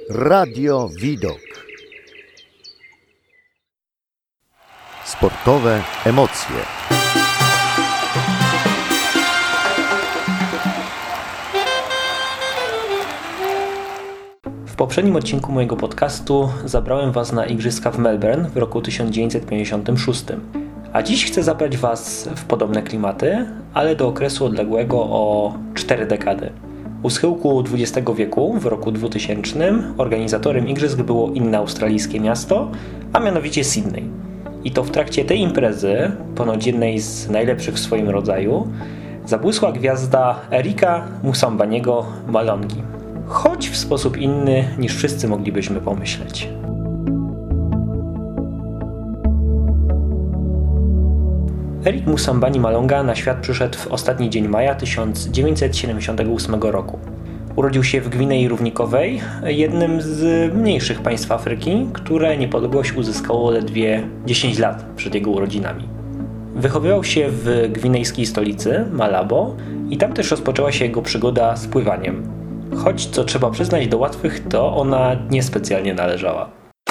Radio Widok. Sportowe emocje. W poprzednim odcinku mojego podcastu zabrałem Was na igrzyska w Melbourne w roku 1956. A dziś chcę zabrać Was w podobne klimaty, ale do okresu odległego o 4 dekady. U schyłku XX wieku, w roku 2000, organizatorem igrzysk było inne australijskie miasto, a mianowicie Sydney. I to w trakcie tej imprezy, ponoć jednej z najlepszych w swoim rodzaju, zabłysła gwiazda Erika Musambaniego Malongi. Choć w sposób inny niż wszyscy moglibyśmy pomyśleć. Erik Musambani Malonga na świat przyszedł w ostatni dzień maja 1978 roku. Urodził się w Gwinei Równikowej, jednym z mniejszych państw Afryki, które niepodległość uzyskało ledwie 10 lat przed jego urodzinami. Wychowywał się w gwinejskiej stolicy, Malabo, i tam też rozpoczęła się jego przygoda z pływaniem. Choć, co trzeba przyznać, do łatwych to ona niespecjalnie należała.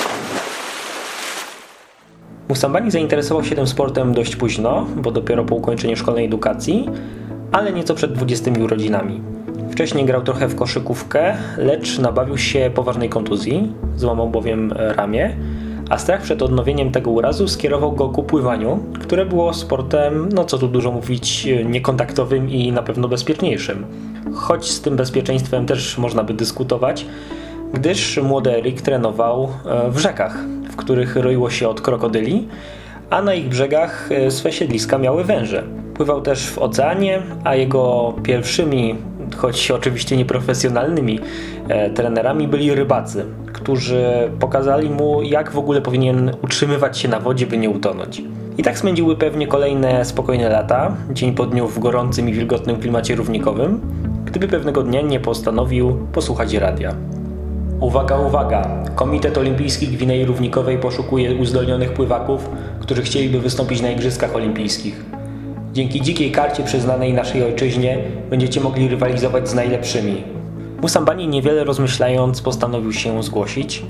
Musambani zainteresował się tym sportem dość późno, bo dopiero po ukończeniu szkolnej edukacji, ale nieco przed 20 urodzinami. Wcześniej grał trochę w koszykówkę, lecz nabawił się poważnej kontuzji, złamał bowiem ramię, a strach przed odnowieniem tego urazu skierował go ku pływaniu, które było sportem, co tu dużo mówić, niekontaktowym i na pewno bezpieczniejszym. Choć z tym bezpieczeństwem też można by dyskutować, gdyż młody Erik trenował w rzekach, w których roiło się od krokodyli, a na ich brzegach swe siedliska miały węże. Pływał też w oceanie, a jego pierwszymi, choć oczywiście nieprofesjonalnymi trenerami byli rybacy, którzy pokazali mu, jak w ogóle powinien utrzymywać się na wodzie, by nie utonąć. I tak spędziły pewnie kolejne spokojne lata, dzień po dniu w gorącym i wilgotnym klimacie równikowym, gdyby pewnego dnia nie postanowił posłuchać radia. Uwaga, uwaga! Komitet Olimpijski Gwinei Równikowej poszukuje uzdolnionych pływaków, którzy chcieliby wystąpić na Igrzyskach Olimpijskich. Dzięki dzikiej karcie przyznanej naszej ojczyźnie będziecie mogli rywalizować z najlepszymi. Musambani, niewiele rozmyślając, postanowił się zgłosić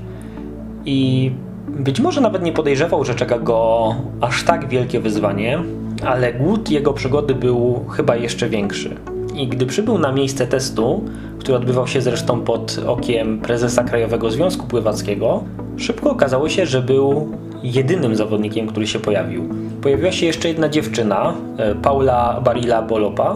i być może nawet nie podejrzewał, że czeka go aż tak wielkie wyzwanie, ale głód jego przygody był chyba jeszcze większy. I gdy przybył na miejsce testu, który odbywał się zresztą pod okiem prezesa Krajowego Związku Pływackiego, szybko okazało się, że był jedynym zawodnikiem, który się pojawił. Pojawiła się jeszcze jedna dziewczyna, Paula Barilla Bolopa,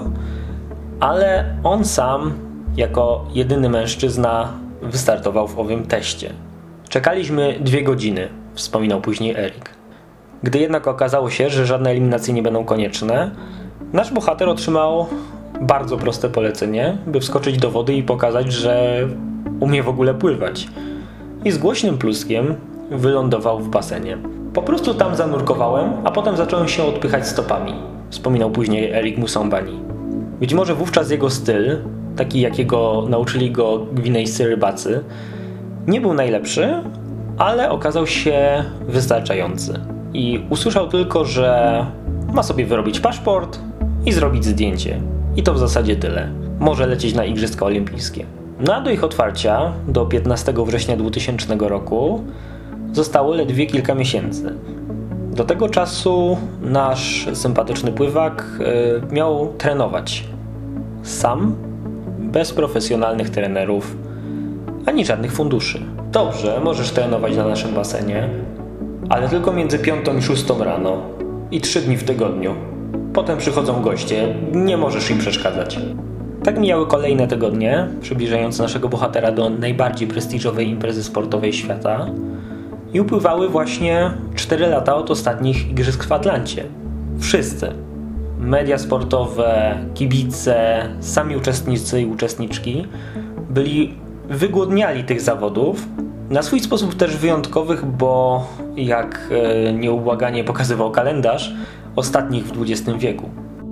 ale on sam, jako jedyny mężczyzna, wystartował w owym teście. Czekaliśmy 2 godziny, wspominał później Erik. Gdy jednak okazało się, że żadne eliminacje nie będą konieczne, nasz bohater otrzymał bardzo proste polecenie, by wskoczyć do wody i pokazać, że umie w ogóle pływać. I z głośnym pluskiem wylądował w basenie. Po prostu tam zanurkowałem, a potem zacząłem się odpychać stopami, wspominał później Erik Musambani. Być może wówczas jego styl, taki jakiego nauczyli go gwinejscy rybacy, nie był najlepszy, ale okazał się wystarczający. I usłyszał tylko, że ma sobie wyrobić paszport i zrobić zdjęcie. I to w zasadzie tyle. Może lecieć na Igrzyska Olimpijskie. No a do ich otwarcia, do 15 września 2000 roku, zostało ledwie kilka miesięcy. Do tego czasu nasz sympatyczny pływak miał trenować sam, bez profesjonalnych trenerów, ani żadnych funduszy. Dobrze, możesz trenować na naszym basenie, ale tylko między 5 i 6 rano i 3 dni w tygodniu. Potem przychodzą goście, nie możesz im przeszkadzać. Tak mijały kolejne tygodnie, przybliżając naszego bohatera do najbardziej prestiżowej imprezy sportowej świata i upływały właśnie 4 lata od ostatnich igrzysk w Atlancie. Wszyscy. Media sportowe, kibice, sami uczestnicy i uczestniczki byli wygłodniali tych zawodów, na swój sposób też wyjątkowych, bo jak nieubłaganie pokazywał kalendarz, ostatnich w XX wieku.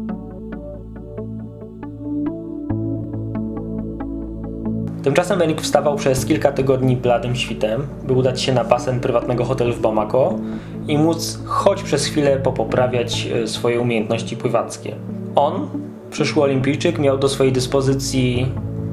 Tymczasem Erik wstawał przez kilka tygodni bladym świtem, by udać się na basen prywatnego hotelu w Bamako i móc choć przez chwilę popoprawiać swoje umiejętności pływackie. On, przyszły olimpijczyk, miał do swojej dyspozycji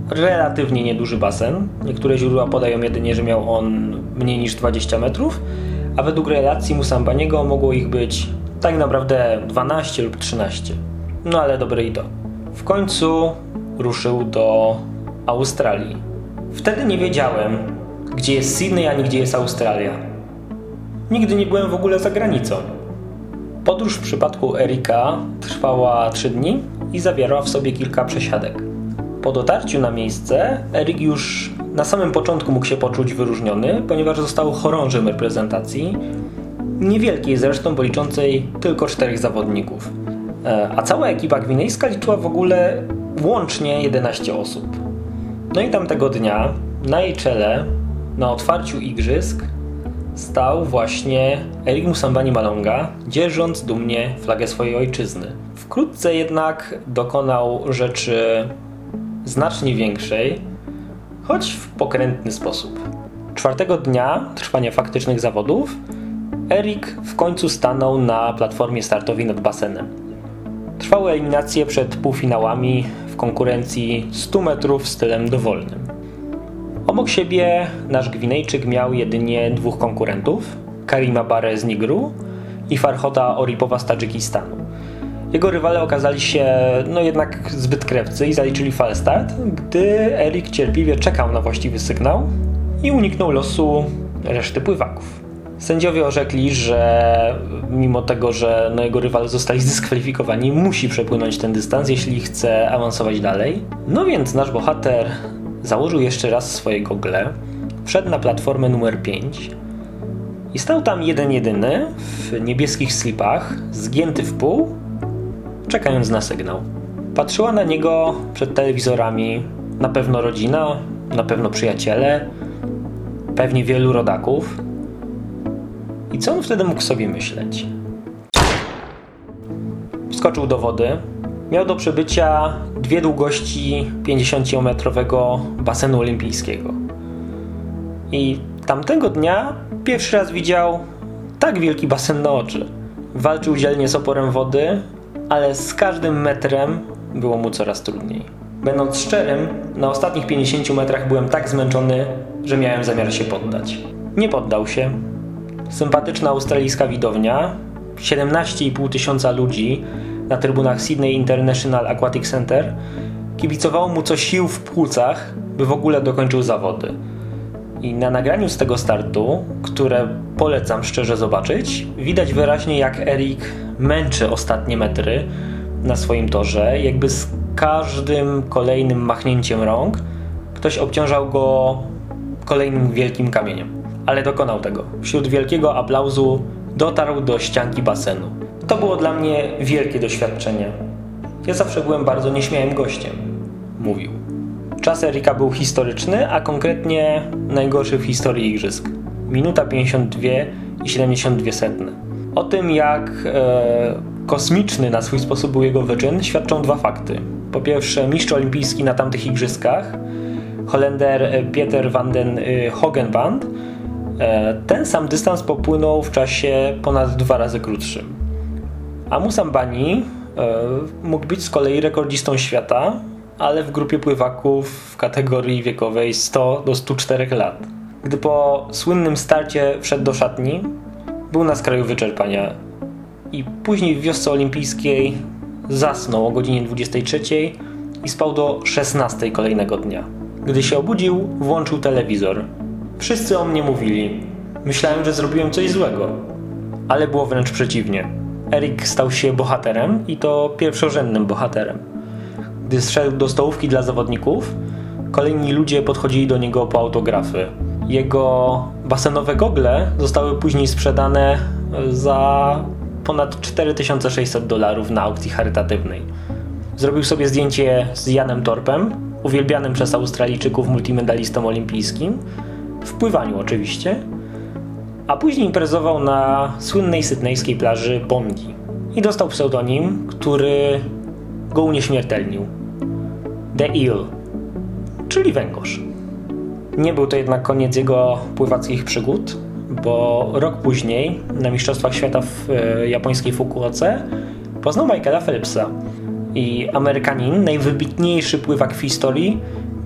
relatywnie nieduży basen. Niektóre źródła podają jedynie, że miał on mniej niż 20 metrów, a według relacji Musambaniego mogło ich być tak naprawdę 12 lub 13. No ale dobre i to. W końcu ruszył do Australii. Wtedy nie wiedziałem, gdzie jest Sydney, ani gdzie jest Australia. Nigdy nie byłem w ogóle za granicą. Podróż w przypadku Erika trwała 3 dni i zawierała w sobie kilka przesiadek. Po dotarciu na miejsce Erik już na samym początku mógł się poczuć wyróżniony, ponieważ został chorążym reprezentacji, niewielkiej zresztą, bo liczącej tylko 4 zawodników. A cała ekipa gwinejska liczyła w ogóle łącznie 11 osób. No i tamtego dnia na jej czele, na otwarciu igrzysk, stał właśnie Erik Musambani Malonga, dzierżąc dumnie flagę swojej ojczyzny. Wkrótce jednak dokonał rzeczy znacznie większej, choć w pokrętny sposób. 4 dnia trwania faktycznych zawodów Erik w końcu stanął na platformie startowej nad basenem. Trwały eliminacje przed półfinałami w konkurencji 100 metrów stylem dowolnym. Obok siebie nasz Gwinejczyk miał jedynie 2 konkurentów, Karima Barre z Nigru i Farhota Oripowa z Tadżykistanu. Jego rywale okazali się jednak zbyt krewcy i zaliczyli falstart, gdy Erik cierpliwie czekał na właściwy sygnał i uniknął losu reszty pływaków. Sędziowie orzekli, że mimo tego, że jego rywale zostali zdyskwalifikowani, musi przepłynąć ten dystans, jeśli chce awansować dalej. No więc nasz bohater założył jeszcze raz swoje gogle, wszedł na platformę numer 5 i stał tam jedyny w niebieskich slipach, zgięty w pół, czekając na sygnał. Patrzyła na niego przed telewizorami na pewno rodzina, na pewno przyjaciele, pewnie wielu rodaków. I co on wtedy mógł sobie myśleć? Wskoczył do wody. Miał do przebycia 2 długości 50-metrowego basenu olimpijskiego. I tamtego dnia pierwszy raz widział tak wielki basen na oczy. Walczył dzielnie z oporem wody, ale z każdym metrem było mu coraz trudniej. Będąc szczerym, na ostatnich 50 metrach byłem tak zmęczony, że miałem zamiar się poddać. Nie poddał się. Sympatyczna australijska widownia, 17,5 tysiąca ludzi na trybunach Sydney International Aquatic Center kibicowało mu co sił w płucach, by w ogóle dokończył zawody. I na nagraniu z tego startu, które polecam szczerze zobaczyć, widać wyraźnie, jak Erik męczy ostatnie metry na swoim torze, jakby z każdym kolejnym machnięciem rąk ktoś obciążał go kolejnym wielkim kamieniem. Ale dokonał tego. Wśród wielkiego aplauzu dotarł do ścianki basenu. To było dla mnie wielkie doświadczenie. Ja zawsze byłem bardzo nieśmiałym gościem, mówił. Czas Erika był historyczny, a konkretnie najgorszy w historii igrzysk. Minuta 52,72. O tym, jak kosmiczny na swój sposób był jego wyczyn, świadczą 2 fakty. Po pierwsze, mistrz olimpijski na tamtych igrzyskach, Holender Pieter van den Hogenband, ten sam dystans popłynął w czasie ponad 2 razy krótszym. A Musambani mógł być z kolei rekordzistą świata, ale w grupie pływaków w kategorii wiekowej 100 do 104 lat. Gdy po słynnym starcie wszedł do szatni, był na skraju wyczerpania i później w wiosce olimpijskiej zasnął o godzinie 23 i spał do 16 kolejnego dnia. Gdy się obudził, włączył telewizor. Wszyscy o mnie mówili. Myślałem, że zrobiłem coś złego. Ale było wręcz przeciwnie. Erik stał się bohaterem i to pierwszorzędnym bohaterem. Gdy zszedł do stołówki dla zawodników, kolejni ludzie podchodzili do niego po autografy. Jego basenowe gogle zostały później sprzedane za ponad $4600 na aukcji charytatywnej. Zrobił sobie zdjęcie z Janem Torpem, uwielbianym przez Australijczyków multimedalistą olimpijskim, w pływaniu oczywiście, a później imprezował na słynnej sydnejskiej plaży Bondi i dostał pseudonim, który go unieśmiertelnił. The Eel, czyli węgorz. Nie był to jednak koniec jego pływackich przygód, bo rok później na Mistrzostwach Świata w japońskiej Fukuoce poznał Michaela Phelpsa i Amerykanin, najwybitniejszy pływak w historii,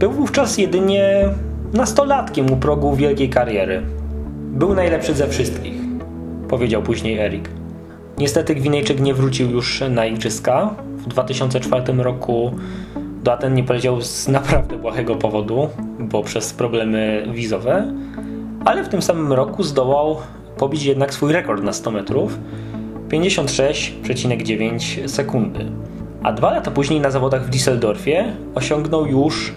Był wówczas jedynie nastolatkiem u progu wielkiej kariery. Był najlepszy ze wszystkich, powiedział później Erik. Niestety Gwinejczyk nie wrócił już na igrzyska. W 2004 roku do Aten nie poleciał z naprawdę błahego powodu, bo przez problemy wizowe, ale w tym samym roku zdołał pobić jednak swój rekord na 100 metrów 56,9 sekundy. A 2 lata później na zawodach w Düsseldorfie osiągnął już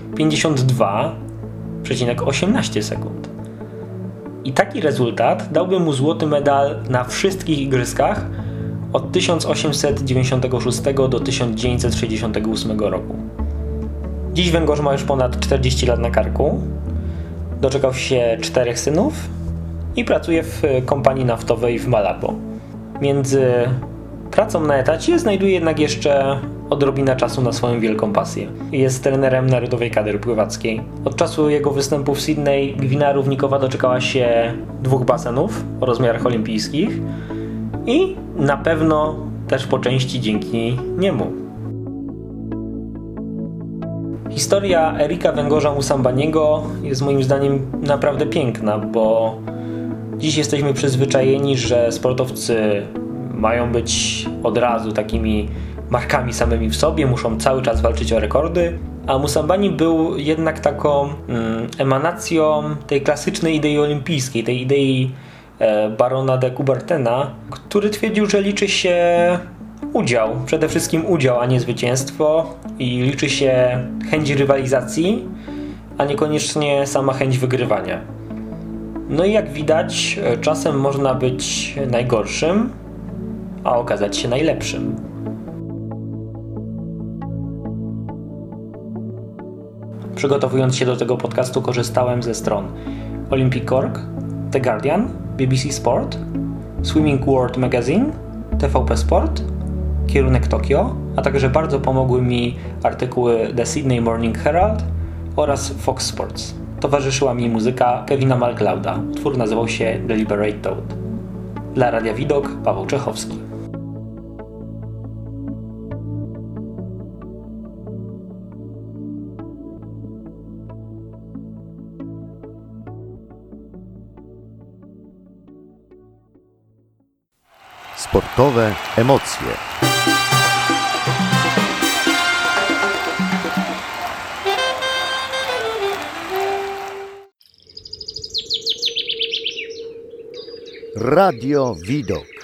52,18 sekund. I taki rezultat dałby mu złoty medal na wszystkich igrzyskach od 1896 do 1968 roku. Dziś węgorz ma już ponad 40 lat na karku, doczekał się 4 synów i pracuje w kompanii naftowej w Malabo. Między pracą na etacie znajduje jednak jeszcze odrobinę czasu na swoją wielką pasję. Jest trenerem narodowej kadry pływackiej. Od czasu jego występu w Sydney Gwina Równikowa doczekała się 2 basenów o rozmiarach olimpijskich i na pewno też po części dzięki niemu. Historia Erika Węgorza Musambaniego jest moim zdaniem naprawdę piękna, bo dziś jesteśmy przyzwyczajeni, że sportowcy mają być od razu takimi markami samymi w sobie, muszą cały czas walczyć o rekordy, a Musambani był jednak taką emanacją tej klasycznej idei olimpijskiej, tej idei barona de Coubertina, który twierdził, że liczy się udział, przede wszystkim udział, a nie zwycięstwo, i liczy się chęć rywalizacji, a niekoniecznie sama chęć wygrywania. No i jak widać, czasem można być najgorszym, a okazać się najlepszym. Przygotowując się do tego podcastu, korzystałem ze stron Olympic.org, The Guardian, BBC Sport, Swimming World Magazine, TVP Sport, Kierunek Tokio, a także bardzo pomogły mi artykuły The Sydney Morning Herald oraz Fox Sports. Towarzyszyła mi muzyka Kevina MacLeoda. Utwór nazywał się Deliberate Thought. Dla Radia Widok, Paweł Czechowski. Sportowe emocje. Radio Widok.